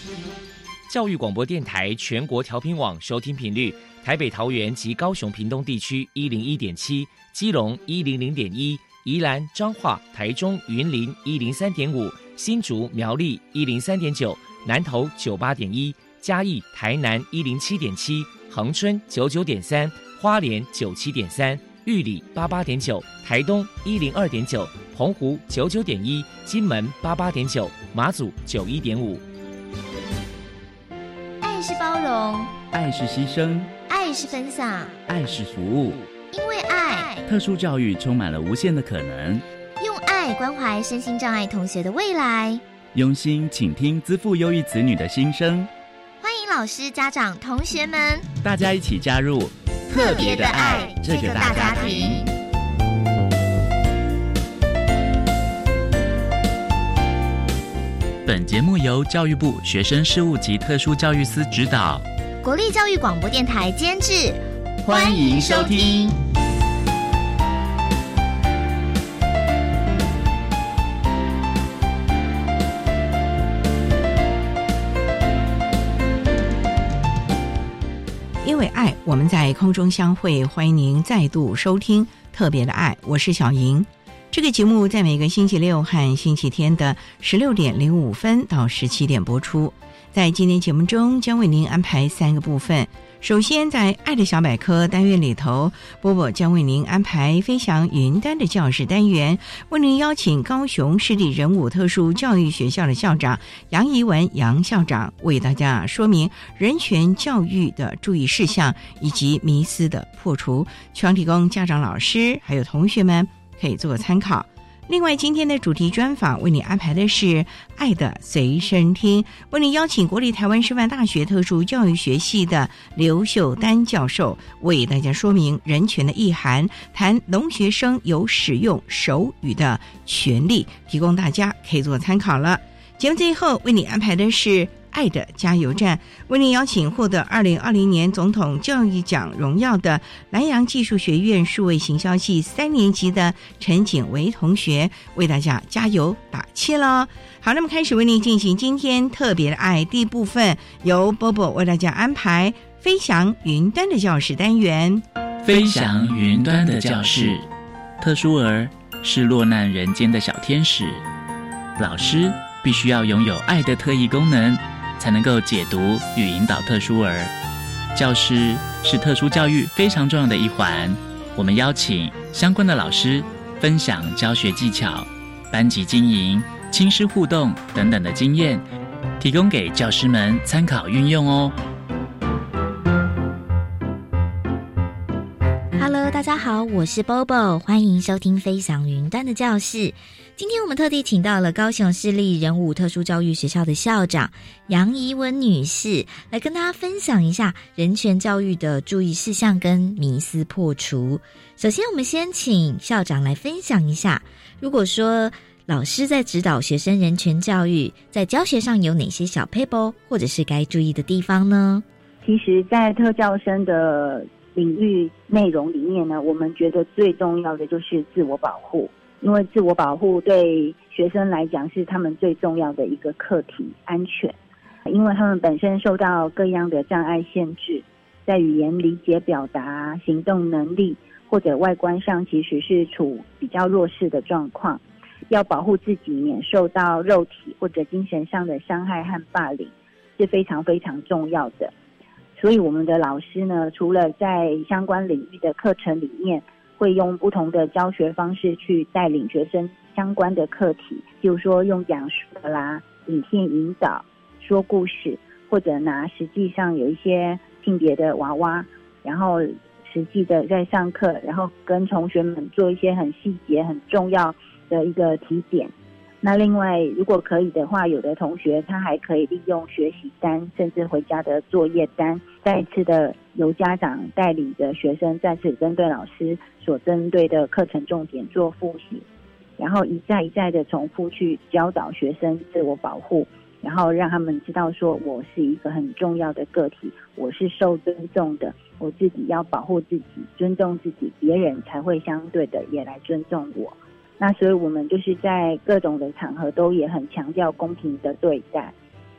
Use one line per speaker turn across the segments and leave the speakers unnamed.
教育广播电台全国调频网收听频率：台北、桃园及高雄屏东地区101.7，基隆100.1，宜兰、彰化、台中、云林103.5，新竹、苗栗103.9，南投98.1，嘉义、台南107.7，恒春99.3，花莲97.3，玉里88.9，台东102.9，澎湖99.1，金门88.9，马祖91.5。
爱是包容，
爱是牺牲，
爱是分享，
爱是服务。
因为爱，
特殊教育充满了无限的可能。
用爱关怀身心障碍同学的未来，
用心倾听资赋优异子女的心声。
欢迎老师、家长、同学们，
大家一起加入
特别的爱这个大家庭。
本节目由教育部学生事务及特殊教育司指导，
国立教育广播电台监制，
欢迎收听。
因为爱，我们在空中相会，欢迎您再度收听特别的爱，我是小莹。这个节目在每个星期六和星期天的16点05分到17点播出。在今天节目中将为您安排3个部分。首先在爱的小百科单元里头，波波将为您安排飞翔云端的教室单元，为您邀请高雄市立人武特殊教育学校的校长杨怡文杨校长为大家说明人权教育的注意事项以及迷思的破除，希望提供家长、老师还有同学们可以做个参考。另外，今天的主题专访为你安排的是爱的随身听，为你邀请国立台湾师范大学特殊教育学系的刘秀丹教授为大家说明人权的意涵，谈聋学生有使用手语的权利，提供大家可以做参考了。节目最后为你安排的是爱的加油站，为您邀请获得2020年总统教育奖荣耀的南洋技术学院数位行销系3年级的陈景维同学为大家加油打气咯。好，那么开始为您进行今天特别的爱第一部分，由波波为大家安排飞翔云端的教室单元。
飞翔云端的教室，特殊儿是落难人间的小天使，老师必须要拥有爱的特异功能，才能够解读与引导特殊儿。教师是特殊教育非常重要的一环，我们邀请相关的老师分享教学技巧、班级经营、亲师互动等等的经验，提供给教师们参考运用哦。
Hello， 大家好，我是 Bobo， 欢迎收听飞翔云端的教室。今天我们特地请到了高雄市立人武特殊教育学校的校长杨怡文女士，来跟大家分享一下人权教育的注意事项跟迷思破除。首先，我们先请校长来分享一下，如果说老师在指导学生人权教育，在教学上有哪些小撇步或者是该注意的地方呢？
其实在特教生的领域内容里面呢，我们觉得最重要的就是自我保护，因为自我保护对学生来讲是他们最重要的一个课题，安全。因为他们本身受到各样的障碍限制，在语言理解表达、行动能力或者外观上其实是处比较弱势的状况，要保护自己免受到肉体或者精神上的伤害和霸凌是非常非常重要的。所以我们的老师呢，除了在相关领域的课程里面会用不同的教学方式去带领学生相关的课题，比如说用讲述的啦、影片引导、说故事，或者拿实际上有一些性别的娃娃，然后实际的在上课，然后跟同学们做一些很细节很重要的一个提点。那另外如果可以的话，有的同学他还可以利用学习单甚至回家的作业单，再次的由家长带领着学生再次针对老师所针对的课程重点做复习，然后一再一再的重复去教导学生自我保护，然后让他们知道说我是一个很重要的个体，我是受尊重的，我自己要保护自己，尊重自己，别人才会相对的也来尊重我。那所以我们就是在各种的场合都也很强调公平的对待，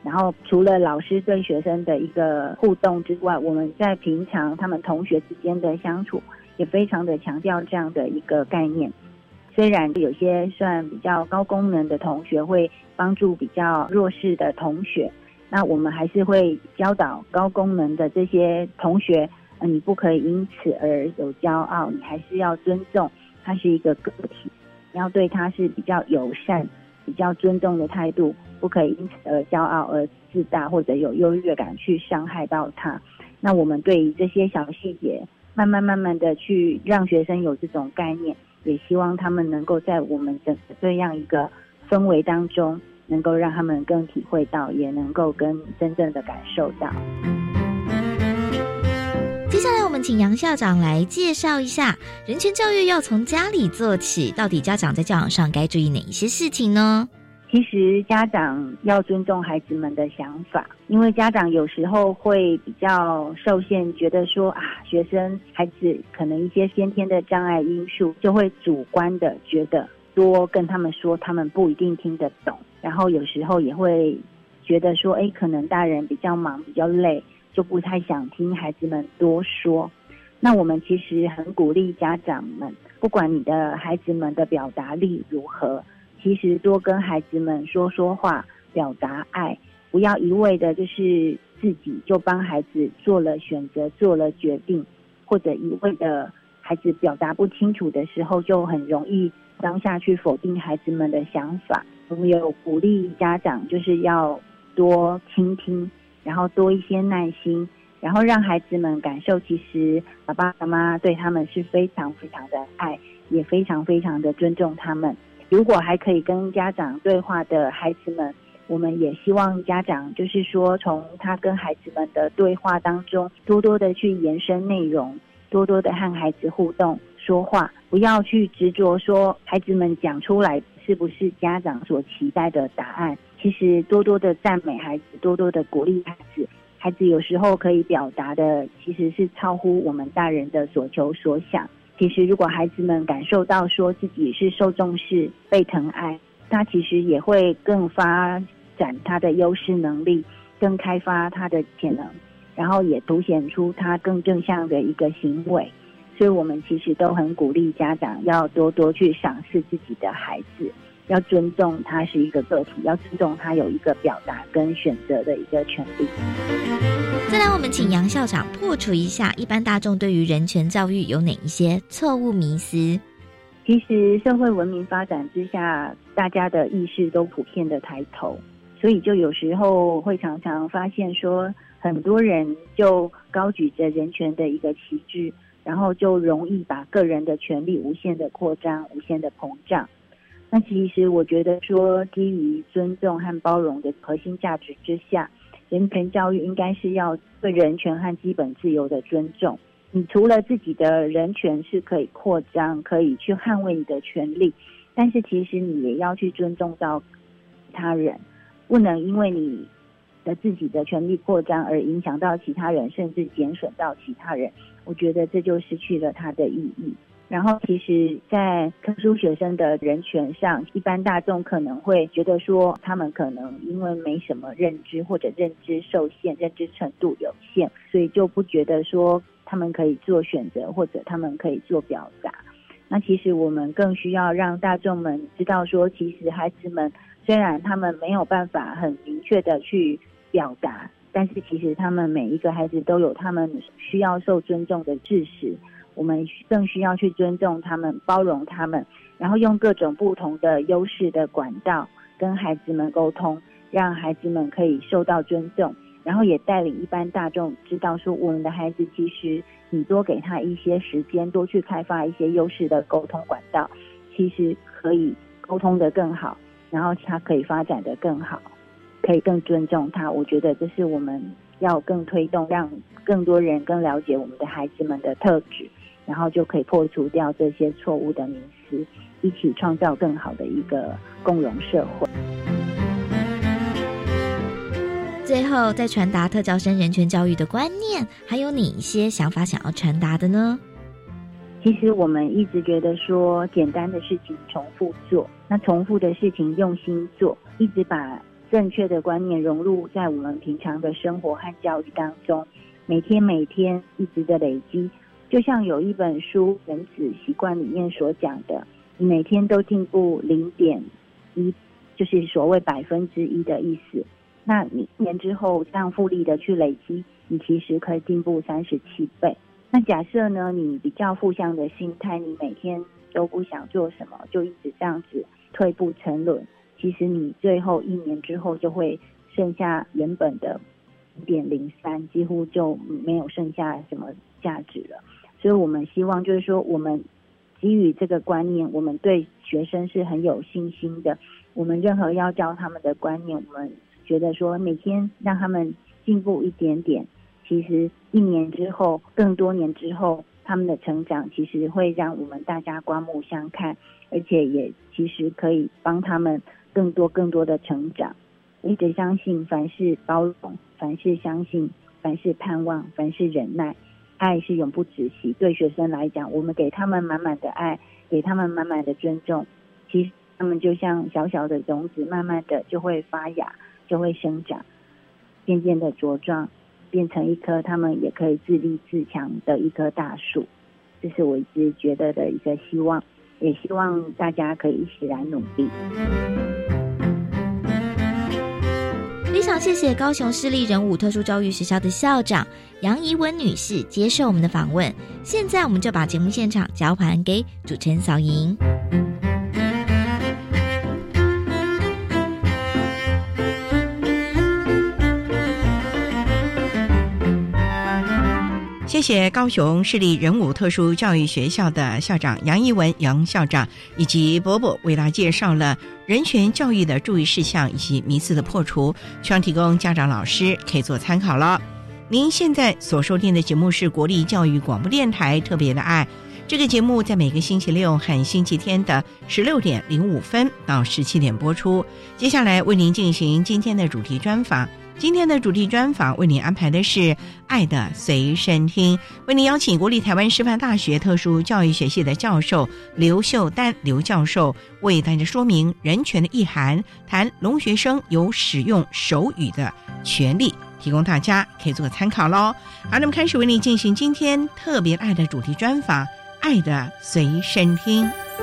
然后除了老师对学生的一个互动之外，我们在平常他们同学之间的相处也非常的强调这样的一个概念。虽然有些算比较高功能的同学会帮助比较弱势的同学，那我们还是会教导高功能的这些同学，你不可以因此而有骄傲，你还是要尊重他是一个个体，你要对他是比较友善比较尊重的态度，不可以因此而骄傲而自大或者有优越感去伤害到他。那我们对于这些小细节慢慢的去让学生有这种概念，也希望他们能够在我们的这样一个氛围当中能够让他们更体会到，也能够更真正的感受到。
接下来我们请杨校长来介绍一下人权教育要从家里做起，到底家长在教养上该注意哪一些事情呢？
其实家长要尊重孩子们的想法，因为家长有时候会比较受限，觉得说学生孩子可能一些先天的障碍因素，就会主观的觉得多跟他们说他们不一定听得懂，然后有时候也会觉得说可能大人比较忙比较累，就不太想听孩子们多说。那我们其实很鼓励家长们，不管你的孩子们的表达力如何，其实多跟孩子们说说话，表达爱，不要一味的就是自己就帮孩子做了选择做了决定，或者一味的孩子表达不清楚的时候就很容易当下去否定孩子们的想法。我们有鼓励家长就是要多倾听，然后多一些耐心，然后让孩子们感受其实爸爸妈妈对他们是非常非常的爱，也非常非常的尊重他们。如果还可以跟家长对话的孩子们，我们也希望家长就是说从他跟孩子们的对话当中多多的去延伸内容，多多的和孩子互动说话，不要去执着说孩子们讲出来是不是家长所期待的答案。其实多多的赞美孩子，多多的鼓励孩子，孩子有时候可以表达的其实是超乎我们大人的所求所想。其实如果孩子们感受到说自己是受重视被疼爱，他其实也会更发展他的优势能力，更开发他的潜能，然后也凸显出他更正向的一个行为。所以我们其实都很鼓励家长要多多去赏识自己的孩子，要尊重他是一个个体，要尊重他有一个表达跟选择的一个权利。
再来我们请杨校长破除一下一般大众对于人权教育有哪一些错误迷思。
其实社会文明发展之下，大家的意识都普遍的抬头，所以就有时候会常常发现说很多人就高举着人权的一个旗帜，然后就容易把个人的权利无限的扩张，无限的膨胀。那其实我觉得说基于尊重和包容的核心价值之下，人权教育应该是要对人权和基本自由的尊重。你除了自己的人权是可以扩张，可以去捍卫你的权利，但是其实你也要去尊重到其他人，不能因为你的自己的权利扩张而影响到其他人，甚至减损到其他人。我觉得这就失去了它的意义。然后其实在特殊学生的人权上，一般大众可能会觉得说他们可能因为没什么认知，或者认知受限，认知程度有限，所以就不觉得说他们可以做选择，或者他们可以做表达。那其实我们更需要让大众们知道说，其实孩子们虽然他们没有办法很明确的去表达，但是其实他们每一个孩子都有他们需要受尊重的事实。我们更需要去尊重他们，包容他们，然后用各种不同的优势的管道跟孩子们沟通，让孩子们可以受到尊重，然后也带领一般大众知道说，我们的孩子其实你多给他一些时间，多去开发一些优势的沟通管道，其实可以沟通得更好，然后他可以发展得更好，可以更尊重他。我觉得这是我们要更推动，让更多人更了解我们的孩子们的特质，然后就可以破除掉这些错误的迷思，一起创造更好的一个共融社会。
最后，在传达特教生人权教育的观念，还有哪一些想法想要传达的呢？
其实我们一直觉得说，简单的事情重复做，那重复的事情用心做，一直把正确的观念融入在我们平常的生活和教育当中，每天一直的累积。就像有一本书《原子习惯》里面所讲的，你每天都进步0.1，就是所谓1%的意思。那你1年之后这样复利的去累积，你其实可以进步37倍。那假设呢，你比较负向的心态，你每天都不想做什么，就一直这样子退步沉沦，其实你最后1年之后就会剩下原本的0.03，几乎就没有剩下什么价值了。所以我们希望就是说，我们基于这个观念，我们对学生是很有信心的。我们任何要教他们的观念，我们觉得说每天让他们进步一点点，其实1年之后，更多年之后，他们的成长其实会让我们大家刮目相看，而且也其实可以帮他们更多的成长。一直相信凡事包容，凡事相信，凡事盼望，凡事忍耐，爱是永不止息。对学生来讲，我们给他们满满的爱，给他们满满的尊重，其实他们就像小小的种子，慢慢的就会发芽，就会生长，渐渐的茁壮，变成一棵他们也可以自立自强的一棵大树。这是我一直觉得的一个希望，也希望大家可以一起来努力。
非常谢谢高雄市立人武特殊教育学校的校长杨怡文女士接受我们的访问。现在我们就把节目现场交还给主持人小莹。
谢谢高雄市立人武特殊教育学校的校长杨怡文杨校长以及伯伯为大家介绍了人权教育的注意事项以及迷思的破除，希望提供家长老师可以做参考了。您现在所收听的节目是国立教育广播电台特别的爱，这个节目在每个星期六和星期天的16点05分到17点播出。接下来为您进行今天的主题专访。今天的主题专访为您安排的是爱的随身听，为您邀请国立台湾师范大学特殊教育学系的教授刘秀丹刘教授为大家说明人权的意涵，谈聋学生有使用手语的权利，提供大家可以做个参考咯。好，那么开始为您进行今天特别爱的主题专访，爱的随身听。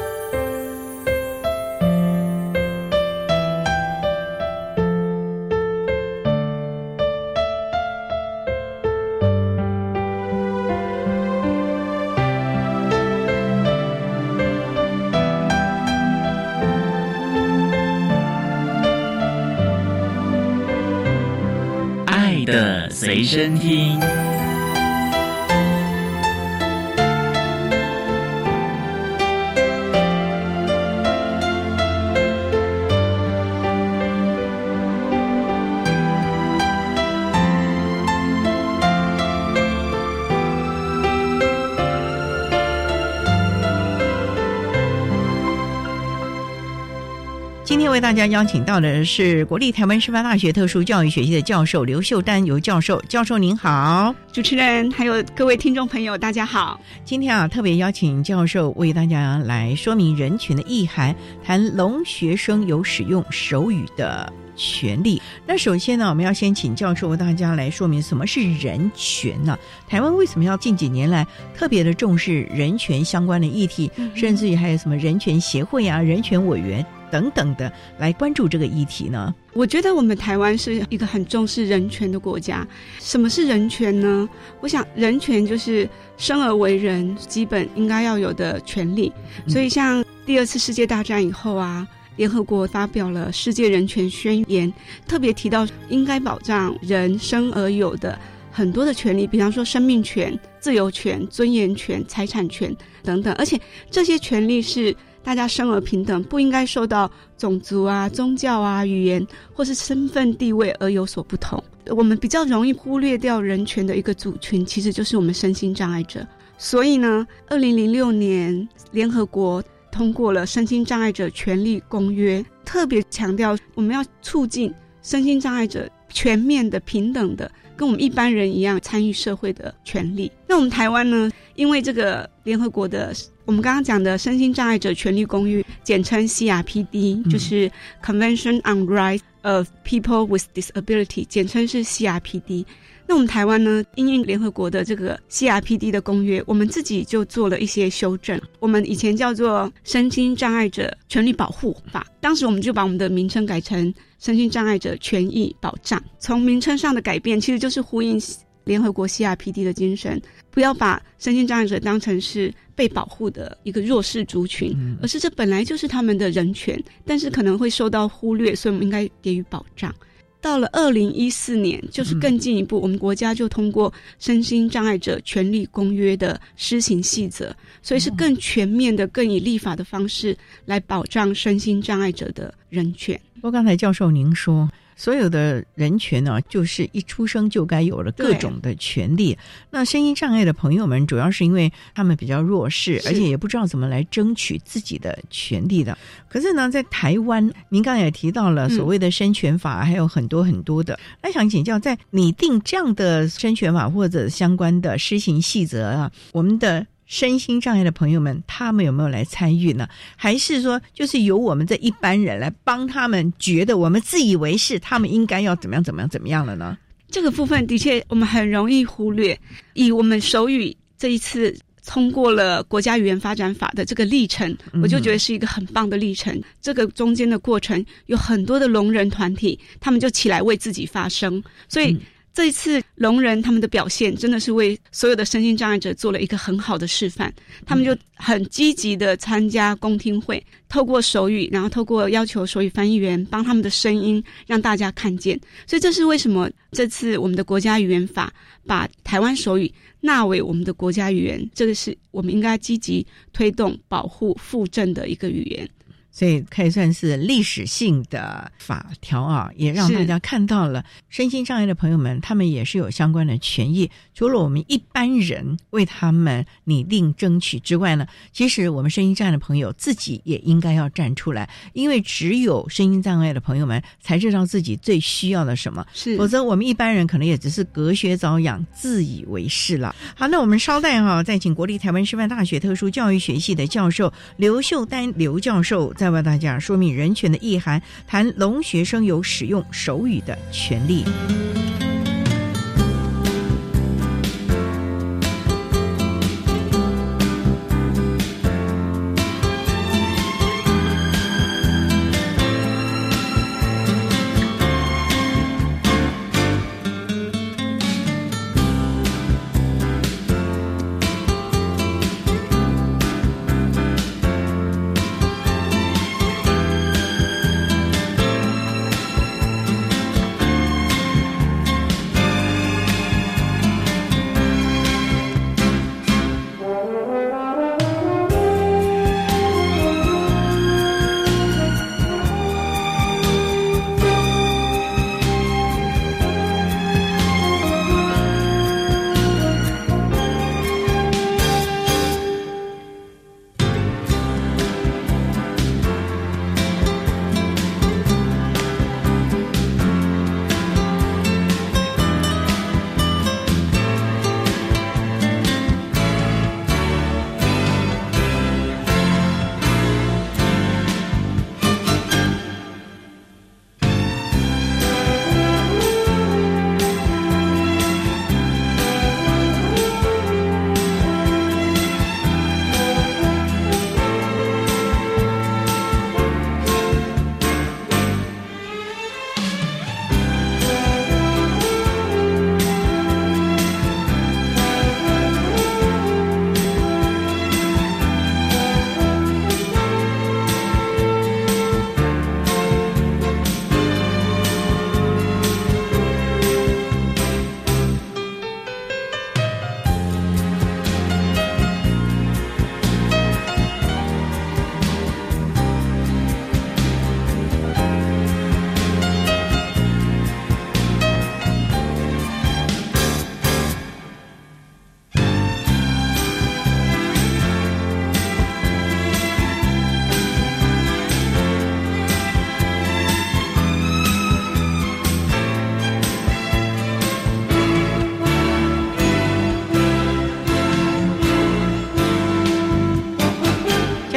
的随身听。
今天为大家邀请到的是国立台湾师范大学特殊教育学系的教授刘秀丹刘教授。教授您好。
主持人还有各位听众朋友大家好。
今天特别邀请教授为大家来说明人权的意涵，谈聋学生有使用手语的权利。那首先呢，我们要先请教授为大家来说明什么是人权呢？台湾为什么要近几年来特别的重视人权相关的议题，甚至于还有什么人权协会啊、人权委员等等的来关注这个议题呢？
我觉得我们台湾是一个很重视人权的国家。什么是人权呢？我想人权就是生而为人基本应该要有的权利。所以像第2次世界大战以后啊，联合国发表了世界人权宣言，特别提到应该保障人生而有的很多的权利，比方说生命权、自由权、尊严权、财产权等等，而且这些权利是大家生而平等，不应该受到种族啊、宗教啊、语言或是身份地位而有所不同。我们比较容易忽略掉人权的一个族群，其实就是我们身心障碍者。所以呢，2006年联合国通过了身心障碍者权利公约，特别强调我们要促进身心障碍者全面的、平等的跟我们一般人一样参与社会的权利。那我们台湾呢，因为这个联合国的我们刚刚讲的身心障碍者权利公约，简称 CRPD， 就是 Convention on Rights of People with Disability， 简称是 CRPD。那我们台湾呢，因应联合国的这个 CRPD 的公约，我们自己就做了一些修正。我们以前叫做身心障碍者权利保护法，当时我们就把我们的名称改成身心障碍者权益保障。从名称上的改变，其实就是呼应联合国 CRPD 的精神，不要把身心障碍者当成是被保护的一个弱势族群，而是这本来就是他们的人权，但是可能会受到忽略，所以我们应该给予保障。到了2014年，就是更进一步，我们国家就通过身心障碍者权利公约的施行细则，所以是更全面的，更以立法的方式来保障身心障碍者的人权。
不过刚才教授您说所有的人权呢，就是一出生就该有了各种的权利。那身心障碍的朋友们主要是因为他们比较弱势，而且也不知道怎么来争取自己的权利的。可是呢，在台湾您刚才也提到了所谓的身权法，还有很多很多的。那想请教，在拟定这样的身权法或者相关的施行细则啊，我们的身心障碍的朋友们他们有没有来参与呢？还是说就是由我们这一般人来帮他们觉得我们自以为是，他们应该要怎么样了呢？
这个部分的确我们很容易忽略。以我们手语这一次通过了国家语言发展法的这个历程，我就觉得是一个很棒的历程。这个中间的过程有很多的聋人团体，他们就起来为自己发声，所以这一次聋人他们的表现真的是为所有的身心障碍者做了一个很好的示范。他们就很积极的参加公听会，透过手语，然后透过要求手语翻译员帮他们的声音让大家看见。所以这是为什么这次我们的国家语言法把台湾手语纳为我们的国家语言，这个是我们应该积极推动保护复振的一个语言。
所以可以算是历史性的法条啊，也让大家看到了身心障碍的朋友们他们也是有相关的权益。除了我们一般人为他们拟定争取之外呢，其实我们身心障碍的朋友自己也应该要站出来，因为只有身心障碍的朋友们才知道自己最需要的什么，否则我们一般人可能也只是隔靴搔痒，自以为是了。好，那我们稍待再请国立台湾师范大学特殊教育学系的教授刘秀丹刘教授再为大家说明人权的意涵，谈聋学生有使用手语的权利。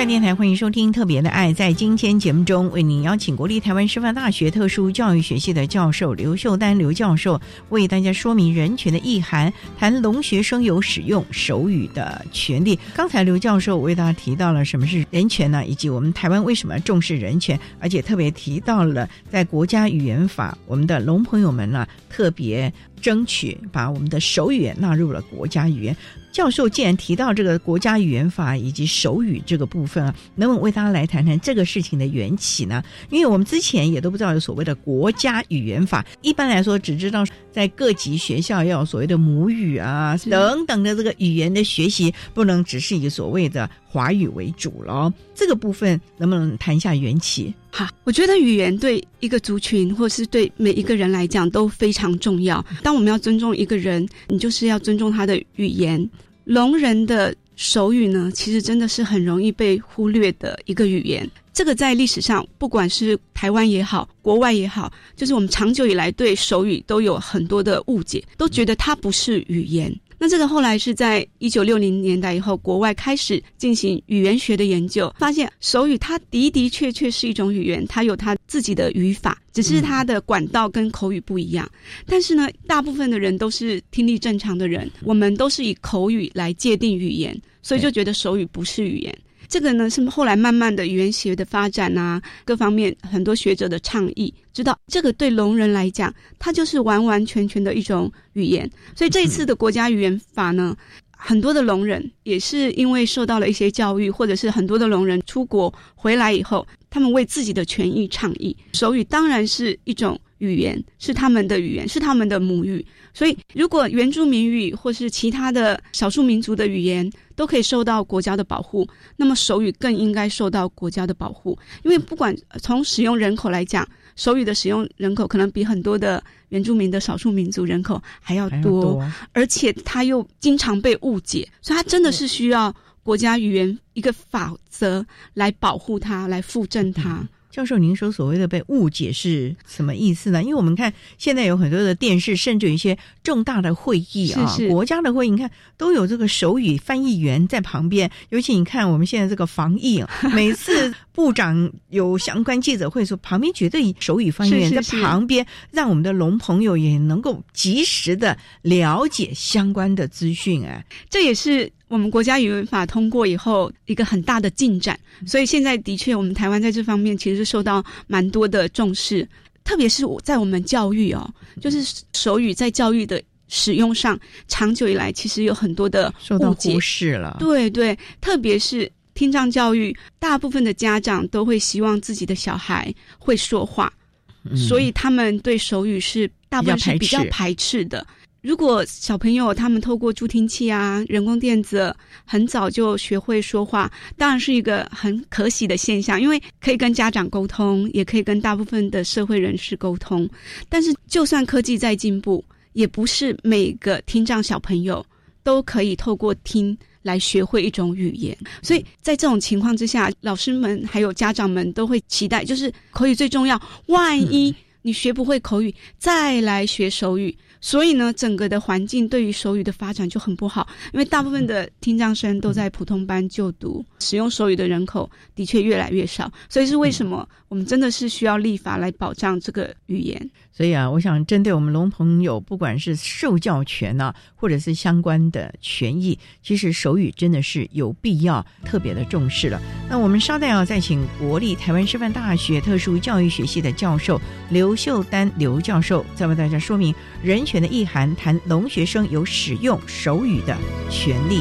电台，欢迎收听特别的爱。在今天节目中，为您邀请国立台湾师范大学特殊教育学系的教授刘秀丹刘教授，为大家说明人权的意涵，谈聋学生有使用手语的权利。刚才刘教授为大家提到了什么是人权呢，以及我们台湾为什么要重视人权，而且特别提到了在国家语言法，我们的聋朋友们呢特别争取把我们的手语纳入了国家语言。教授既然提到这个国家语言法以及手语这个部分啊，能不能为大家来谈谈这个事情的缘起呢？因为我们之前也都不知道有所谓的国家语言法，一般来说只知道在各级学校要有所谓的母语啊等等的这个语言的学习，不能只是以所谓的华语为主了。这个部分能不能谈一下缘起？
好，我觉得语言对一个族群或是对每一个人来讲都非常重要。当我们要尊重一个人，你就是要尊重他的语言。聋人的手语呢，其实真的是很容易被忽略的一个语言。这个在历史上，不管是台湾也好，国外也好，就是我们长久以来对手语都有很多的误解，都觉得它不是语言。那这个后来是在1960年代以后，国外开始进行语言学的研究，发现手语它的的确确是一种语言，它有它自己的语法，只是它的管道跟口语不一样。但是呢，大部分的人都是听力正常的人，我们都是以口语来界定语言，所以就觉得手语不是语言。这个呢是后来慢慢的语言学的发展啊，各方面很多学者的倡议，知道这个对聋人来讲，它就是完完全全的一种语言。所以这一次的国家语言法呢，很多的聋人也是因为受到了一些教育，或者是很多的聋人出国回来以后，他们为自己的权益倡议。手语当然是一种语言，是他们的语言，是他们的母语。所以如果原住民语或是其他的少数民族的语言都可以受到国家的保护，那么手语更应该受到国家的保护。因为不管从使用人口来讲，手语的使用人口可能比很多的原住民的少数民族人口还要多，而且它又经常被误解，所以它真的是需要国家语言一个法则来保护它，来复正它。
教授，您说所谓的被误解是什么意思呢？因为我们看现在有很多的电视，甚至有一些重大的会议啊，
是
国家的会议，你看都有这个手语翻译员在旁边。尤其你看我们现在这个防疫，每次部长有相关记者会说，旁边绝对手语翻译员在旁边，让我们的聋朋友也能够及时的了解相关的资讯。
这也是我们国家语言法通过以后一个很大的进展，所以现在的确我们台湾在这方面其实是受到蛮多的重视，特别是在我们教育就是手语在教育的使用上，长久以来其实有很多的
受到忽视了。对
对，特别是听障教育，大部分的家长都会希望自己的小孩会说话，所以他们对手语是大部分是比较排斥的。如果小朋友他们透过助听器啊、人工电子很早就学会说话，当然是一个很可喜的现象，因为可以跟家长沟通，也可以跟大部分的社会人士沟通。但是就算科技再进步，也不是每个听障小朋友都可以透过听来学会一种语言。所以在这种情况之下，老师们还有家长们都会期待，就是口语最重要，万一你学不会口语，再来学手语。所以呢，整个的环境对于手语的发展就很不好，因为大部分的听障生都在普通班就读，使用手语的人口的确越来越少，所以是为什么我们真的是需要立法来保障这个语言。
所以我想针对我们聋朋友，不管是受教权或者是相关的权益，其实手语真的是有必要特别的重视了。那我们稍待再请国立台湾师范大学特殊教育学系的教授刘秀丹刘教授，再为大家说明人权的意涵，谈聋学生有使用手语的权利。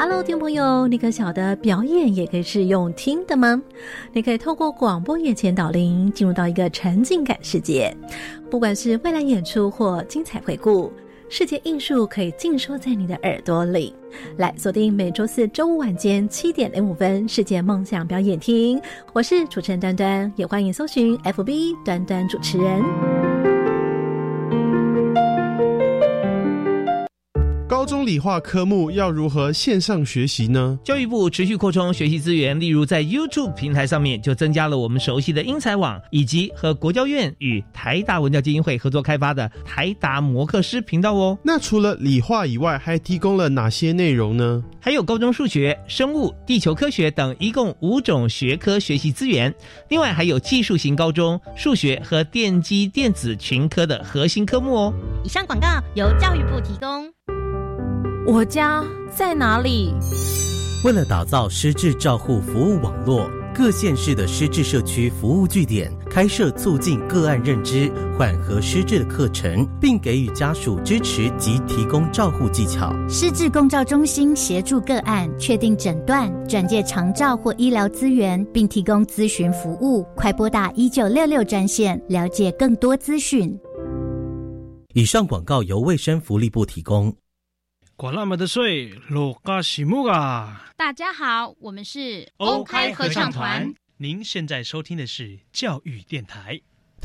Hello， 听众朋友，你可晓得表演也可以是用听的吗？你可以透过广播眼前导聆，进入到一个沉浸感世界。不管是未来演出或精彩回顾，世界艺术可以尽收在你的耳朵里。来锁定每周四周五晚间7点05分世界梦想表演厅，我是主持人端端，也欢迎搜寻 FB 端端主持人。
高中理化科目要如何线上学习呢？
教育部持续扩充学习资源，例如在 YouTube 平台上面就增加了我们熟悉的英才网，以及和国教院与台达文教基金会合作开发的台达摩课师频道哦。
那除了理化以外，还提供了哪些内容呢？
还有高中数学、生物、地球科学等一共5种学科学习资源，另外还有技术型高中数学和电机电子群科的核心科目哦。
以上广告由教育部提供。
我家在哪里？
为了打造失智照护服务网络，各县市的失智社区服务据点开设促进个案认知、缓和失智的课程，并给予家属支持及提供照护技巧。
失智共照中心协助个案确定诊断、转介长照或医疗资源，并提供咨询服务。快拨打1966专线了解更多资讯。
以上广告由卫生福利部提供。
管那么的水，落嘎西木啊！
大家好，我们是
欧开合唱团。您现在收听的是教育电台。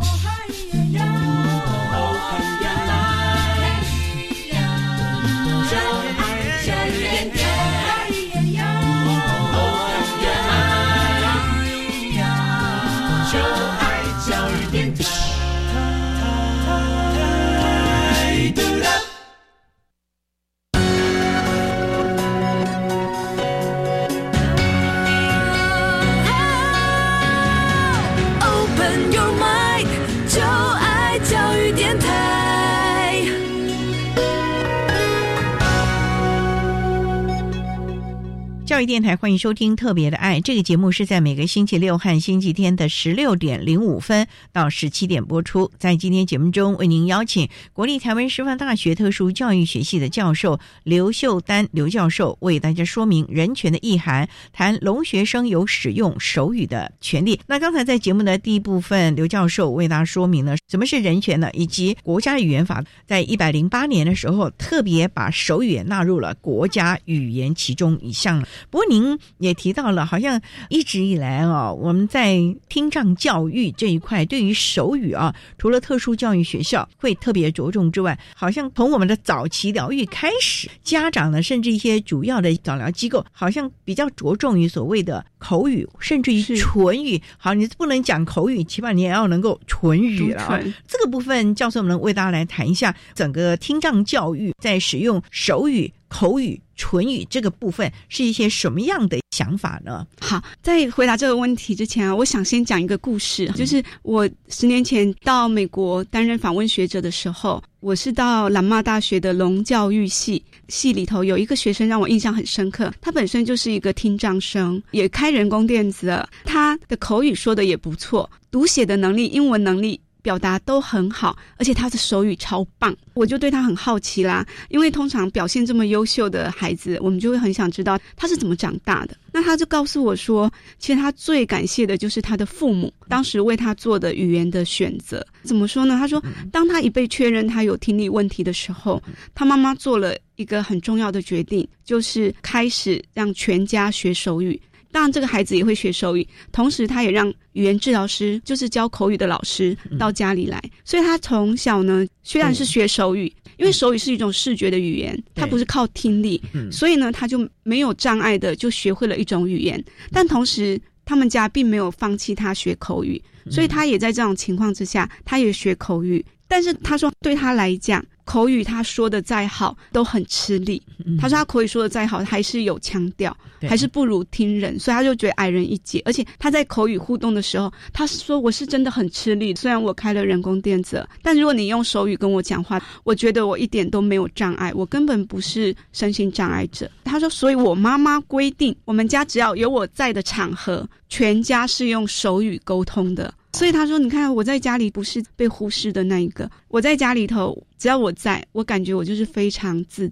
教育电台，欢迎收听特别的爱。这个节目是在每个星期六和星期天的16点05分到17点播出。在今天节目中，为您邀请国立台湾师范大学特殊教育学系的教授刘秀丹刘教授，为大家说明人权的意涵，谈聋学生有使用手语的权利。那刚才在节目的第一部分，刘教授为大家说明了什么是人权呢，以及国家语言法在108年的时候特别把手语纳入了国家语言其中一项。不过您也提到了，好像一直以来我们在听障教育这一块，对于手语除了特殊教育学校会特别着重之外，好像从我们的早期疗愈开始，家长呢，甚至一些主要的早疗机构，好像比较着重于所谓的口语，甚至于唇语。好，你不能讲口语，起码你也要能够唇语了。这个部分，教授们为大家来谈一下整个听障教育在使用手语、口语、唇语这个部分是一些什么样的想法呢？
好，在回答这个问题之前我想先讲一个故事，就是我10年前到美国担任访问学者的时候，我是到蓝马大学的聋教育系里头有一个学生让我印象很深刻，他本身就是一个听障生，也开人工电子了，他的口语说的也不错，读写的能力、英文能力表达都很好，而且他的手语超棒，我就对他很好奇啦。因为通常表现这么优秀的孩子，我们就会很想知道他是怎么长大的。那他就告诉我说，其实他最感谢的就是他的父母当时为他做的语言的选择。怎么说呢？他说，当他一被确认他有听力问题的时候，他妈妈做了一个很重要的决定，就是开始让全家学手语。当然这个孩子也会学手语，同时他也让语言治疗师，就是教口语的老师到家里来，所以他从小呢虽然是学手语，因为手语是一种视觉的语言，它不是靠听力，所以呢他就没有障碍的就学会了一种语言。但同时他们家并没有放弃他学口语，所以他也在这种情况之下他也学口语。但是他说对他来讲，口语他说的再好都很吃力，他说他口语说的再好还是有腔调，还是不如听人，所以他就觉得矮人一截。而且他在口语互动的时候，他说我是真的很吃力，虽然我开了人工电子，但如果你用手语跟我讲话，我觉得我一点都没有障碍，我根本不是身心障碍者。他说所以我妈妈规定我们家只要有我在的场合，全家是用手语沟通的。所以他说你看我在家里不是被忽视的那一个，我在家里头只要我在，我感觉我就是非常自在。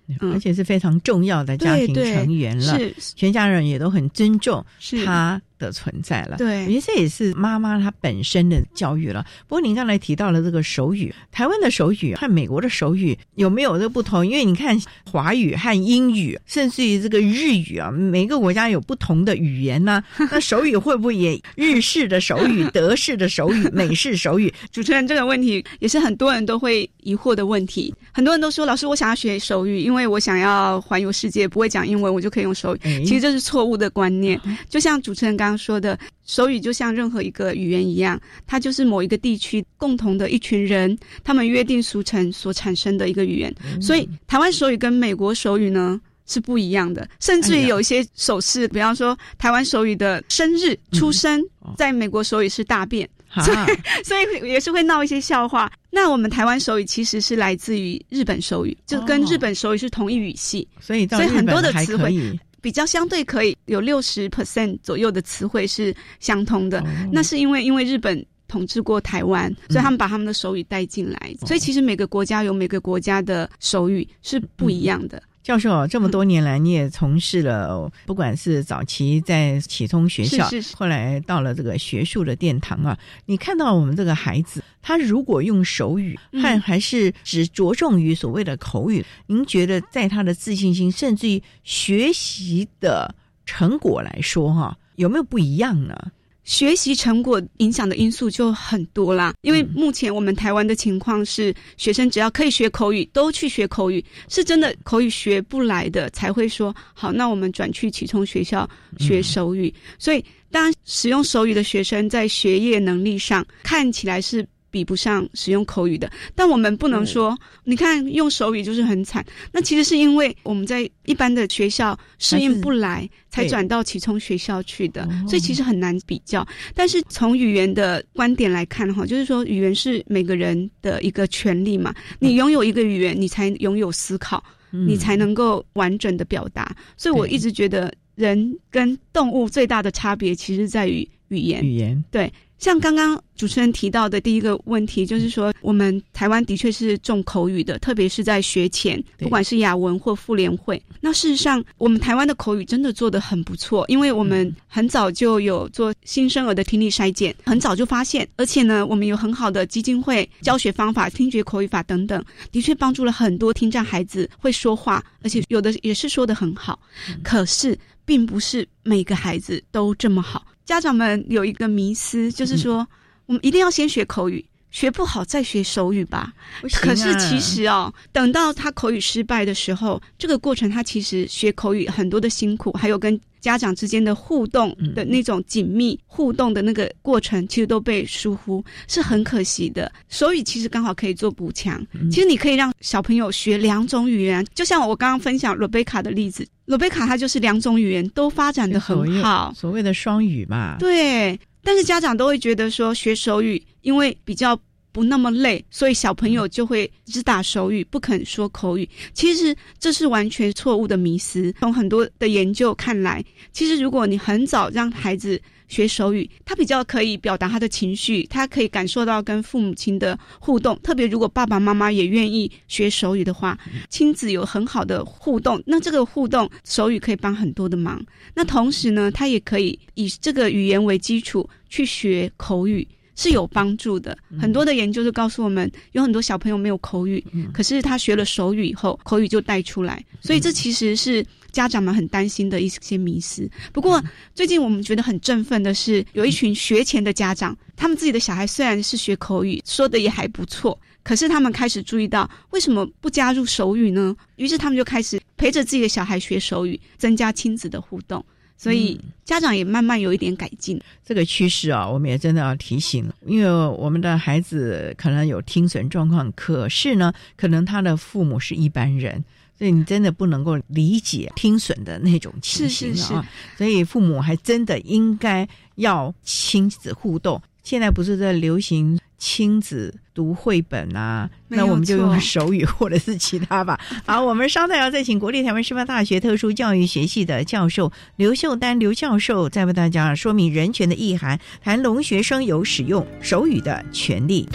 而且是非常重要的家庭成员了，
是
全家人也都很尊重他的存在了。
对，
我觉得这也是妈妈她本身的教育了。不过您刚才提到了这个手语，台湾的手语和美国的手语有没有这个不同？因为你看华语和英语，甚至于这个日语啊，每个国家有不同的语言呢、那手语会不会也日式的手语、德式的手语、美式手语？
主持人这个问题也是很多人都会疑惑的问题。很多人都说，老师，我想要学手语，因为我想要环游世界，不会讲英文，我就可以用手语。其实这是错误的观念。就像主持人刚刚说的，手语就像任何一个语言一样，它就是某一个地区共同的一群人，他们约定俗成所产生的一个语言。所以台湾手语跟美国手语呢是不一样的，甚至于有一些手势，比方说台湾手语的生日、出生，在美国手语是大便。所以也是会闹一些笑话。那我们台湾手语其实是来自于日本手语，就跟日本手语是同一语系，
所以
很多的词汇比较相对可以有 60% 左右的词汇是相通的。那是因为日本统治过台湾，所以他们把他们的手语带进来，所以其实每个国家有每个国家的手语是不一样的。
教授，这么多年来你也从事了，不管是早期在启聪学校，后来到了这个学术的殿堂啊，你看到我们这个孩子，他如果用手语还是只着重于所谓的口语，您觉得在他的自信心甚至于学习的成果来说有没有不一样呢？
学习成果影响的因素就很多啦，因为目前我们台湾的情况是，学生只要可以学口语都去学口语，是真的口语学不来的才会说好，那我们转去启聪学校学手语。所以当然使用手语的学生在学业能力上看起来是比不上使用口语的，但我们不能说你看用手语就是很惨，那其实是因为我们在一般的学校适应不来才转到启聪学校去的，所以其实很难比较。但是从语言的观点来看就是说语言是每个人的一个权利嘛，你拥有一个语言你才拥有思考，你才能够完整的表达。所以我一直觉得人跟动物最大的差别其实在于语言。对，像刚刚主持人提到的第一个问题，就是说我们台湾的确是重口语的，特别是在学前，不管是雅文或妇联会。那事实上我们台湾的口语真的做得很不错，因为我们很早就有做新生儿的听力筛检，很早就发现，而且呢我们有很好的基金会教学方法、听觉口语法等等，的确帮助了很多听障孩子会说话，而且有的也是说得很好。可是并不是每个孩子都这么好。家长们有一个迷思，就是说我们一定要先学口语，学不好再学手语吧。可是其实等到他口语失败的时候，这个过程他其实学口语很多的辛苦，还有跟家长之间的互动的那种紧密互动的那个过程，其实都被疏忽，是很可惜的。手语其实刚好可以做补强，其实你可以让小朋友学2种语言，就像我刚刚分享罗贝卡的例子，罗贝卡他就是2种语言都发展得很好，
所谓的双语嘛。
对，但是家长都会觉得说学手语因为比较不那么累，所以小朋友就会只打手语不肯说口语。其实这是完全错误的迷思。从很多的研究看来，其实如果你很早让孩子学手语，他比较可以表达他的情绪，他可以感受到跟父母亲的互动，特别如果爸爸妈妈也愿意学手语的话，亲子有很好的互动，那这个互动手语可以帮很多的忙。那同时呢，他也可以以这个语言为基础去学口语，是有帮助的。很多的研究就告诉我们，有很多小朋友没有口语，可是他学了手语以后，口语就带出来。所以这其实是家长们很担心的一些迷思。不过最近我们觉得很振奋的是，有一群学前的家长，他们自己的小孩虽然是学口语，说的也还不错，可是他们开始注意到为什么不加入手语呢？于是他们就开始陪着自己的小孩学手语，增加亲子的互动。所以家长也慢慢有一点改进。
这个趋势我们也真的要提醒，因为我们的孩子可能有听损状况，可是呢可能他的父母是一般人，所以你真的不能够理解听损的那种情形所以父母还真的应该要亲子互动。现在不是在流行亲子读绘本那我们就用手语或者是其他吧。好，我们稍待要再请国立台湾师范大学特殊教育学系的教授刘秀丹刘教授再为大家说明人权的意涵，谈聋学生有使用手语的权利。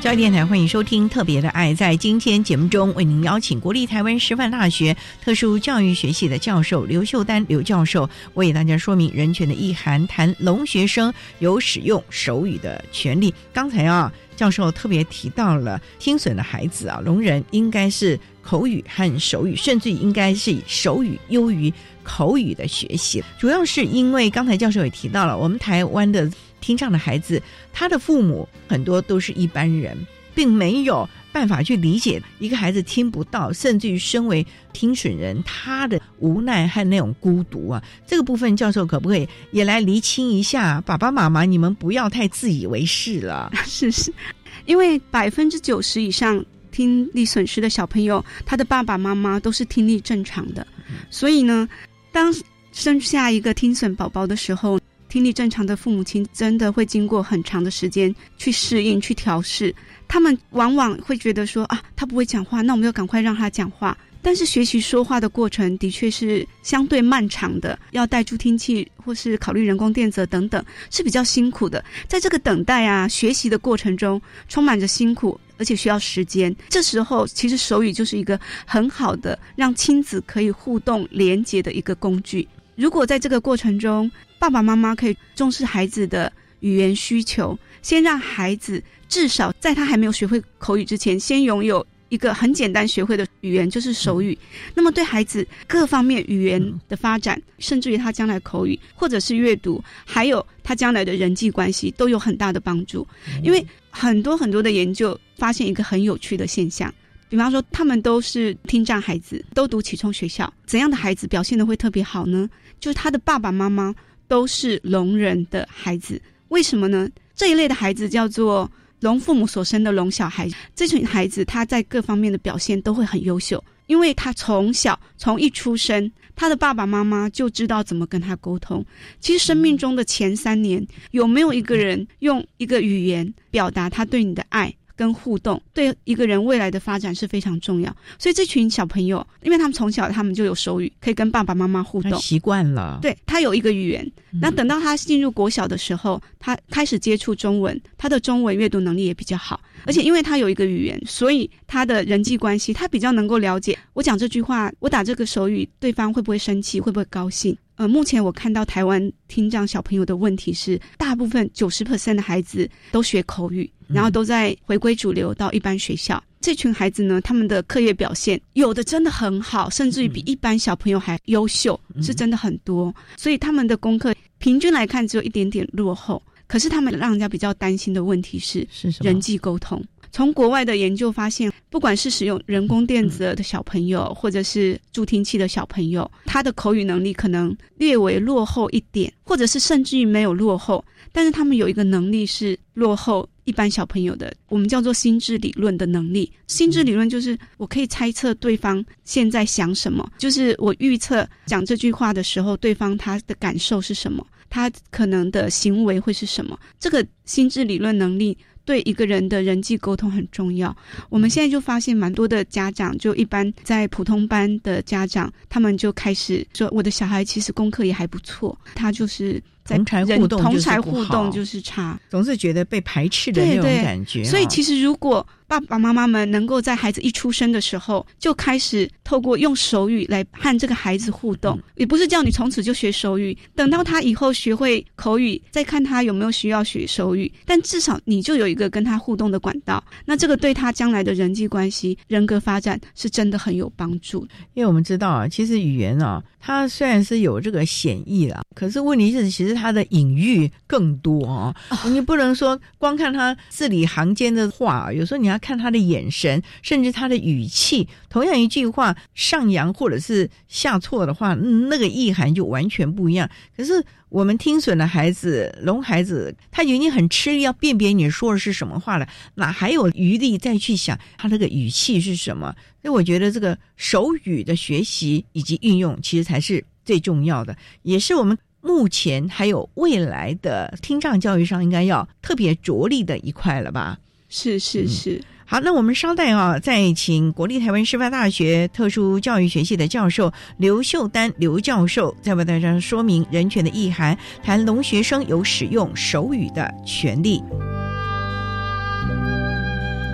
教育电台，欢迎收听特别的爱。在今天节目中，为您邀请国立台湾师范大学特殊教育学系的教授刘秀丹刘教授，为大家说明人权的意涵，谈聋学生有使用手语的权利。刚才教授特别提到了听损的孩子聋人应该是口语和手语，甚至应该是以手语优于口语的学习，主要是因为刚才教授也提到了，我们台湾的听障的孩子，他的父母很多都是一般人，并没有办法去理解一个孩子听不到，甚至于身为听损人他的无奈和那种孤独这个部分教授可不可以也来厘清一下，爸爸妈妈你们不要太自以为是了。
是，因为90%以上听力损失的小朋友，他的爸爸妈妈都是听力正常的，所以呢，当生下一个听损宝宝的时候，听力正常的父母亲真的会经过很长的时间去适应去调试，他们往往会觉得说他不会讲话，那我们就赶快让他讲话，但是学习说话的过程的确是相对漫长的，要戴助听器或是考虑人工电泽等等，是比较辛苦的。在这个等待学习的过程中充满着辛苦，而且需要时间，这时候其实手语就是一个很好的让亲子可以互动连结的一个工具。如果在这个过程中爸爸妈妈可以重视孩子的语言需求，先让孩子至少在他还没有学会口语之前，先拥有一个很简单学会的语言，就是手语，那么对孩子各方面语言的发展，甚至于他将来口语或者是阅读，还有他将来的人际关系都有很大的帮助。因为很多的研究发现一个很有趣的现象，比方说他们都是听障孩子，都读启聪学校，怎样的孩子表现得会特别好呢？就是他的爸爸妈妈都是聋人的孩子。为什么呢？这一类的孩子叫做聋父母所生的聋小孩，这群孩子他在各方面的表现都会很优秀，因为他从一出生，他的爸爸妈妈就知道怎么跟他沟通。其实生命中的前3年，有没有一个人用一个语言表达他对你的爱跟互动，对一个人未来的发展是非常重要。所以这群小朋友，因为他们从小他们就有手语，可以跟爸爸妈妈互动，
他习惯了，
对，他有一个语言。那等到他进入国小的时候，他开始接触中文，他的中文阅读能力也比较好，而且因为他有一个语言，所以他的人际关系他比较能够了解我讲这句话，我打这个手语，对方会不会生气，会不会高兴。目前我看到台湾听障小朋友的问题是，大部分90% 的孩子都学口语，然后都在回归主流到一般学校。这群孩子呢，他们的课业表现有的真的很好，甚至于比一般小朋友还优秀，是真的很多。所以他们的功课平均来看只有一点点落后，可是他们让人家比较担心的问题是人际沟通。从国外的研究发现，不管是使用人工电子的小朋友，或者是助听器的小朋友，他的口语能力可能略微落后一点，或者是甚至于没有落后，但是他们有一个能力是落后一般小朋友的，我们叫做心智理论的能力。心智理论就是我可以猜测对方现在想什么，就是我预测讲这句话的时候，对方他的感受是什么，他可能的行为会是什么。这个心智理论能力对一个人的人际沟通很重要。我们现在就发现蛮多的家长，就一般在普通班的家长，他们就开始说，我的小孩其实功课也还不错，他就是在
同侪互动
就是差，
总是觉得被排斥的那种感觉。
所以其实如果爸爸妈妈们能够在孩子一出生的时候就开始透过用手语来和这个孩子互动，也不是叫你从此就学手语，等到他以后学会口语再看他有没有需要学手语，但至少你就有一个跟他互动的管道，那这个对他将来的人际关系人格发展是真的很有帮助。
因为我们知道其实语言它虽然是有这个显义啦，可是问题是其实它的隐喻更多你不能说光看他字里行间的话，有时候你要看他的眼神，甚至他的语气。同样一句话上扬或者是下错的话，那个意涵就完全不一样。可是我们听损的孩子，聋孩子，他已经很吃力要辨别你说的是什么话了，哪还有余力再去想他那个语气是什么？所以我觉得这个手语的学习以及运用其实才是最重要的，也是我们目前还有未来的听障教育上应该要特别着力的一块了吧。
是。
好，那我们稍待再请国立台湾师范大学特殊教育学系的教授刘秀丹刘教授再为大家说明人权的意涵，谈聋学生有使用手语的权利。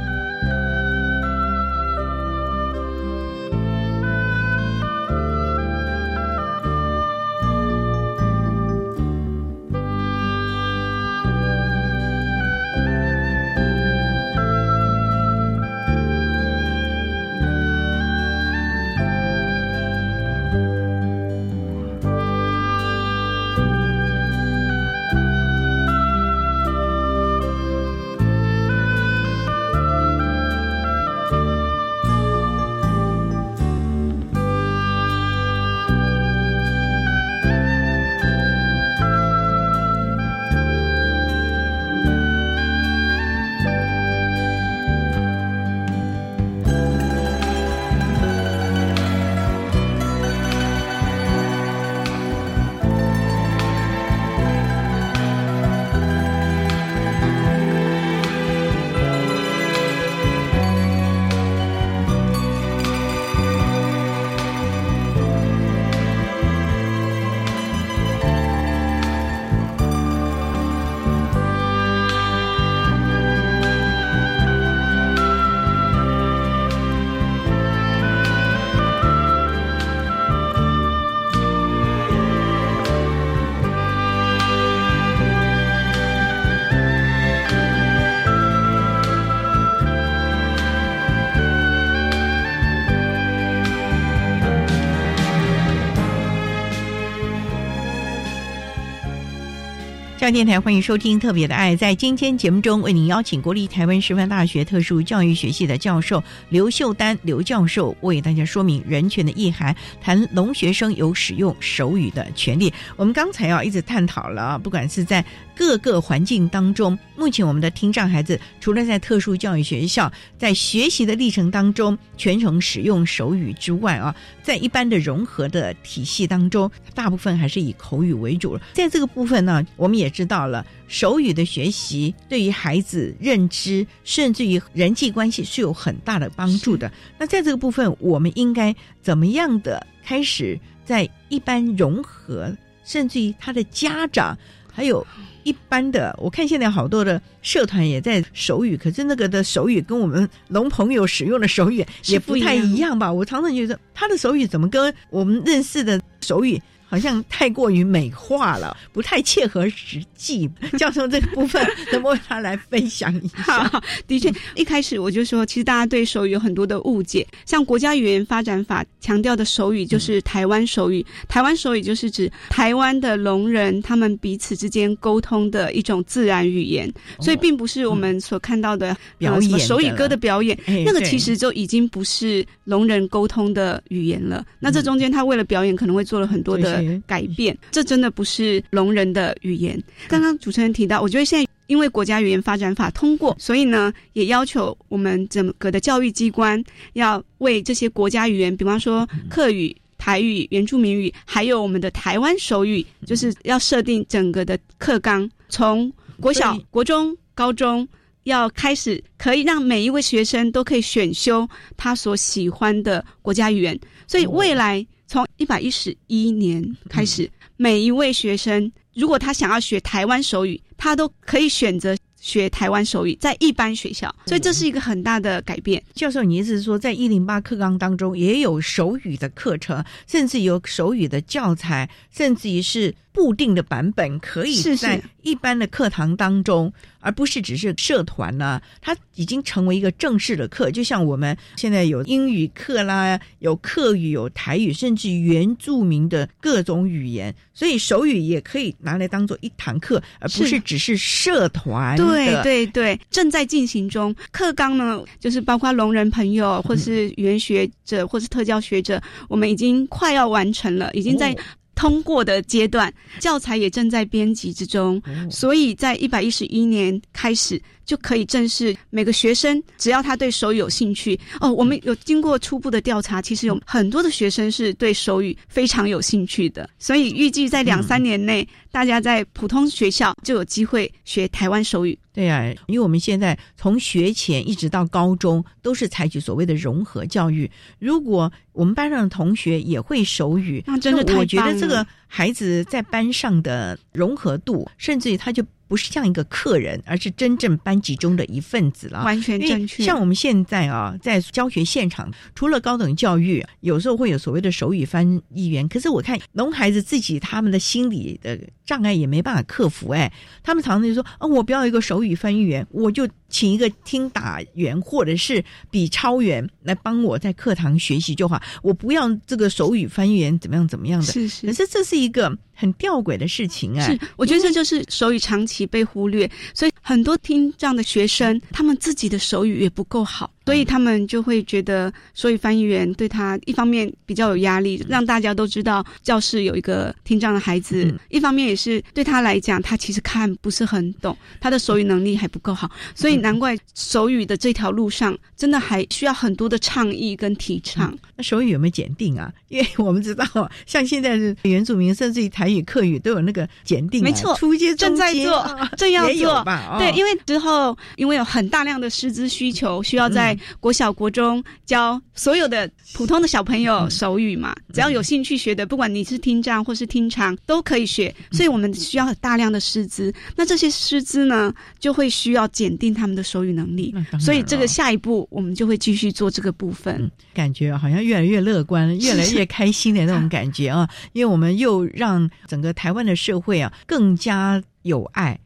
上电台欢迎收听特别的爱，在今天节目中为您邀请国立台湾师范大学特殊教育学系的教授刘秀丹刘教授为大家说明人权的意涵，谈聋学生有使用手语的权利。我们刚才一直探讨了不管是在各个环境当中，目前我们的听障孩子除了在特殊教育学校在学习的历程当中全程使用手语之外在一般的融合的体系当中，大部分还是以口语为主了。在这个部分呢，我们也知道了手语的学习对于孩子认知甚至于人际关系是有很大的帮助的。那在这个部分我们应该怎么样的开始在一般融合，甚至于他的家长还有一般的，我看现在好多的社团也在手语，可是那个的手语跟我们聋朋友使用的手语也不太一样吧。我常常觉得他的手语怎么跟我们认识的手语好像太过于美化了，不太切合实际。教授这个部分能不能为他来分享一下？
的确，一开始我就说其实大家对手语有很多的误解，像国家语言发展法强调的手语就是台湾手语，台湾手语就是指台湾的聋人他们彼此之间沟通的一种自然语言，所以并不是我们所看到的
表演
手语歌的表演，那个其实就已经不是聋人沟通的语言了。那这中间他为了表演可能会做了很多的改变，这真的不是聋人的语言。刚刚主持人提到，我觉得现在因为国家语言发展法通过，所以呢也要求我们整个的教育机关要为这些国家语言，比方说客语、台语、原住民语还有我们的台湾手语，就是要设定整个的课纲，从国小、国中、高中要开始可以让每一位学生都可以选修他所喜欢的国家语言。所以未来从111年开始，每一位学生如果他想要学台湾手语，他都可以选择学台湾手语，在一般学校，所以这是一个很大的改变。
教授，你意思是说在108课纲当中也有手语的课程，甚至有手语的教材，甚至于是固定的版本可以在一般的课堂当中，而不是只是社团呢，它已经成为一个正式的课。就像我们现在有英语课啦，有客语，有台语，甚至原住民的各种语言，所以手语也可以拿来当做一堂课，而不是只是社团的。
对对对，正在进行中。课纲呢，就是包括聋人朋友或是语言学者或是特教学者，我们已经快要完成了，已经在通过的阶段，教材也正在编辑之中，所以在111年开始就可以正式每个学生只要他对手语有兴趣我们有经过初步的调查，其实有很多的学生是对手语非常有兴趣的，所以预计在2-3年内大家在普通学校就有机会学台湾手语。
对啊，因为我们现在从学前一直到高中都是采取所谓的融合教育，如果我们班上的同学也会手语，
那真的太棒了。
我觉得这个孩子在班上的融合度，甚至于他就不是像一个客人，而是真正班级中的一份子了。
完全正确。
像我们现在在教学现场，除了高等教育，有时候会有所谓的手语翻译员，可是我看聋孩子自己他们的心理的障碍也没办法克服他们常常就说我不要一个手语翻译员，我就请一个听打员或者是笔抄员来帮我在课堂学习就好，我不要这个手语翻译员怎么样怎么样的。
是是。
可是这是一个很吊诡的事情
是，我觉得这就是手语长期被忽略，所以很多听障的学生他们自己的手语也不够好，所以他们就会觉得手语翻译员对他一方面比较有压力，让大家都知道教室有一个听障的孩子，一方面也是对他来讲他其实看不是很懂，他的手语能力还不够好，所以难怪手语的这条路上真的还需要很多的倡议跟提倡。
那手语有没有检定啊？因为我们知道像现在的原住民甚至于台语客语都有那个检定没错，初阶
正在做正要做
吧
对，因为之后因为有很大量的师资需求，需要在国小国中教所有的普通的小朋友手语嘛，只要有兴趣学的，不管你是听障或是听长都可以学，所以我们需要大量的师资，那这些师资呢就会需要检定他们的手语能力，所以这个下一步我们就会继续做这个部分。
感觉好像越来越乐观，越来越开心的那种感觉因为我们又让整个台湾的社会更加有爱，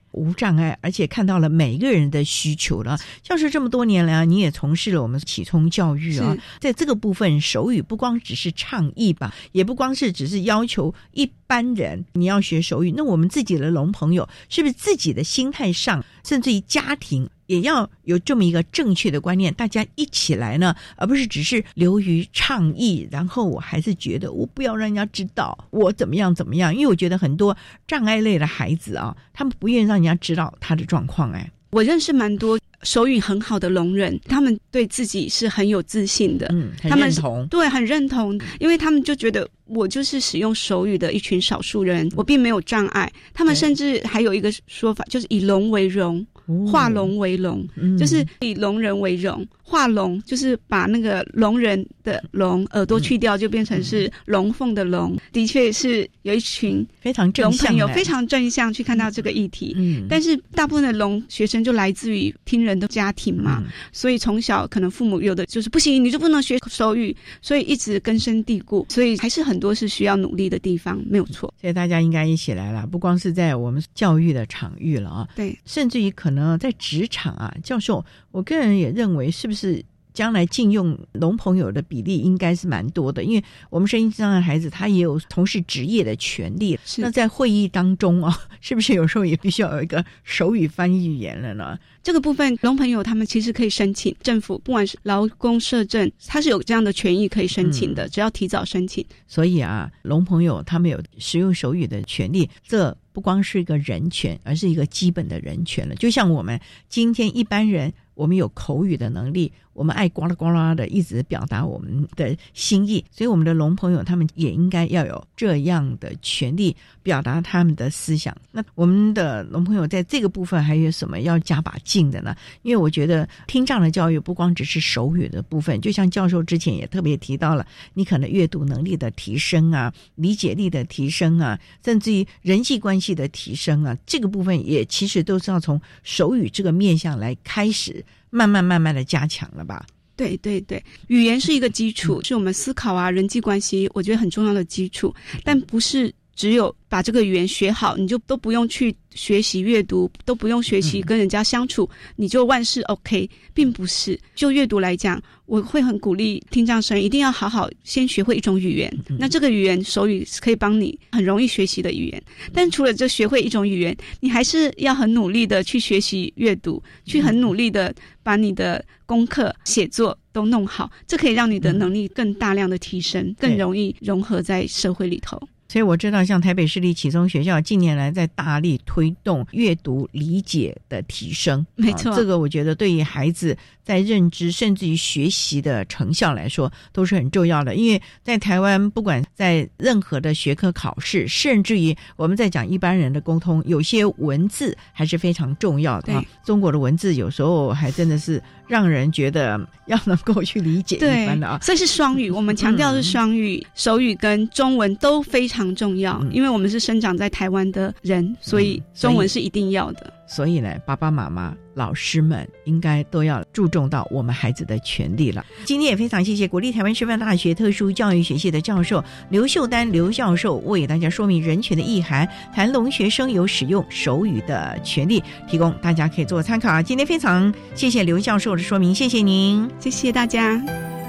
无障碍，而且看到了每一个人的需求了。像是这么多年来，你也从事了我们启聪教育啊，在这个部分，手语不光只是倡议吧，也不光是只是要求一般人你要学手语，那我们自己的聋朋友是不是自己的心态上，甚至于家庭也要有这么一个正确的观念，大家一起来呢，而不是只是流于倡议，然后我还是觉得我不要让人家知道我怎么样怎么样，因为我觉得很多障碍类的孩子啊，他们不愿意让人家知道他的状况。
我认识蛮多手语很好的聋人，他们对自己是很有自信的，
很认同，
对，很认同，因为他们就觉得我就是使用手语的一群少数人，我并没有障碍。他们甚至还有一个说法，就是以聋为荣，化聋为聋，就是以聋人为荣，化聋就是把那个聋人的聋耳朵去掉，就变成是龙凤的龙。的确是有一群
非常正向
聋朋友非常正向去看到这个议题，但是大部分的聋学生就来自于听人的家庭嘛，所以从小可能父母有的就是不行，你就不能学手语，所以一直根深蒂固，所以还是很多是需要努力的地方，没有错。
所以大家应该一起来了，不光是在我们教育的场域了啊，
对，
甚至于可能在职场啊，教授，我个人也认为是不是将来禁用聋朋友的比例应该是蛮多的，因为我们声音障碍孩子他也有从事职业的权利。那在会议当中啊，是不是有时候也必须要有一个手语翻译员了呢？
这个部分聋朋友他们其实可以申请政府，不管是劳工社政，他是有这样的权益可以申请的，只要提早申请。
所以啊，聋朋友他们有使用手语的权利，这不光是一个人权，而是一个基本的人权了。就像我们今天一般人，我们有口语的能力，我们爱呱啦呱啦的一直表达我们的心意，所以我们的聋朋友他们也应该要有这样的权利表达他们的思想。那我们的聋朋友在这个部分还有什么要加把劲的呢？因为我觉得听障的教育不光只是手语的部分，就像教授之前也特别提到了，你可能阅读能力的提升啊，理解力的提升啊，甚至于人际关系的提升啊，这个部分也其实都是要从手语这个面向来开始慢慢的加强了吧。
对对对，语言是一个基础，是我们思考啊人际关系我觉得很重要的基础，但不是只有把这个语言学好，你就都不用去学习阅读，都不用学习跟人家相处，你就万事 OK， 并不是。就阅读来讲，我会很鼓励听障生一定要好好先学会一种语言，那这个语言手语是可以帮你很容易学习的语言，但除了这学会一种语言，你还是要很努力的去学习阅读，去很努力的把你的功课写作都弄好，这可以让你的能力更大量的提升，更容易融合在社会里头。
所以我知道像台北市立启聪学校近年来在大力推动阅读理解的提升，
没错，
这个我觉得对于孩子在认知甚至于学习的成效来说都是很重要的。因为在台湾不管在任何的学科考试，甚至于我们在讲一般人的沟通，有些文字还是非常重要的。中国的文字有时候还真的是让人觉得要能够去理解一般的啊。
所以是双语，我们强调的是双语，手语跟中文都非常重要，因为我们是生长在台湾的人，所以中文是一定要的。
所以呢，爸爸妈妈老师们应该都要注重到我们孩子的权利了。今天也非常谢谢国立台湾师范大学特殊教育学系的教授刘秀丹刘教授为大家说明人权的意涵，谈聋学生有使用手语的权利，提供大家可以做参考。今天非常谢谢刘教授的说明，谢谢您，
谢谢大家。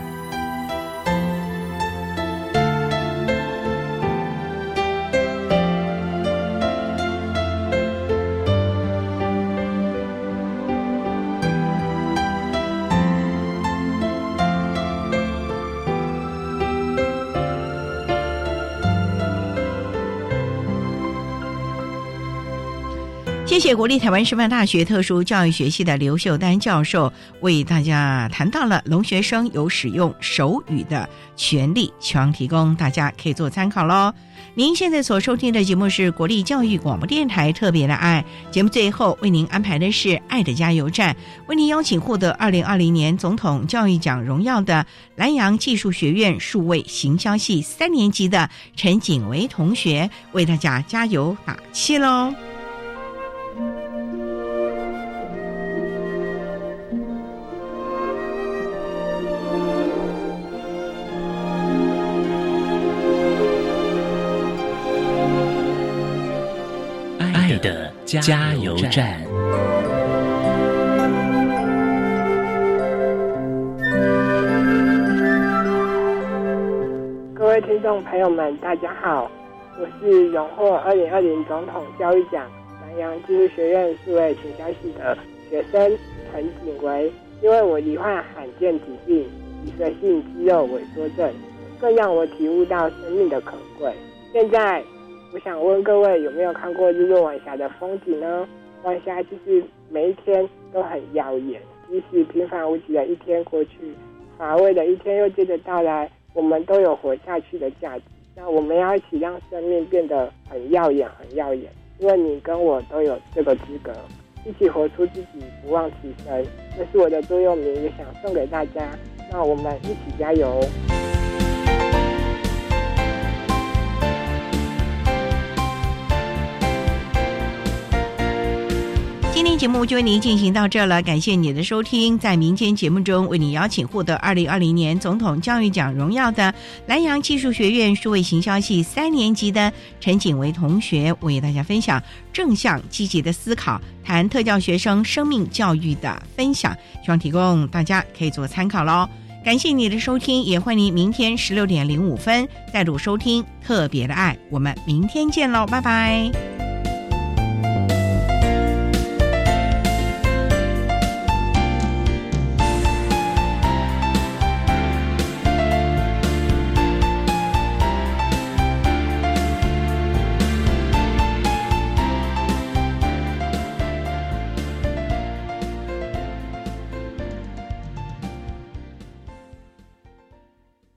谢谢国立台湾师范大学特殊教育学系的刘秀丹教授为大家谈到了聋学生有使用手语的权利，希望提供大家可以做参考咯。您现在所收听的节目是国立教育广播电台特别的爱节目，最后为您安排的是爱的加油站，为您邀请获得2020年总统教育奖荣耀的南洋技术学院数位行销系3年级的陈景维同学为大家加油打气咯。
的加油站。
各位听众朋友们，大家好，我是荣获2020总统教育奖南洋技术学院数位行销系的学生陈景维。因为我罹患罕见疾病脊髓性肌肉萎缩症，更让我体悟到生命的可贵。现在我想问各位，有没有看过日落晚霞的风景呢？晚霞其实每一天都很耀眼，即使平凡无奇的一天过去，乏味的一天又接着到来，我们都有活下去的价值。那我们要一起让生命变得很耀眼，很耀眼，因为你跟我都有这个资格，一起活出自己，不忘其生。这是我的座右铭，也想送给大家。那我们一起加油！
今天节目就为您进行到这了，感谢你的收听。在明天节目中，为你邀请获得2020年总统教育奖荣耀的南洋技术学院数位行销系3年级的陈景维同学，为大家分享正向积极的思考，谈特教学生生命教育的分享，希望提供大家可以做参考咯。感谢你的收听，也欢迎您明天16:05再度收听特别的爱。我们明天见咯，拜拜。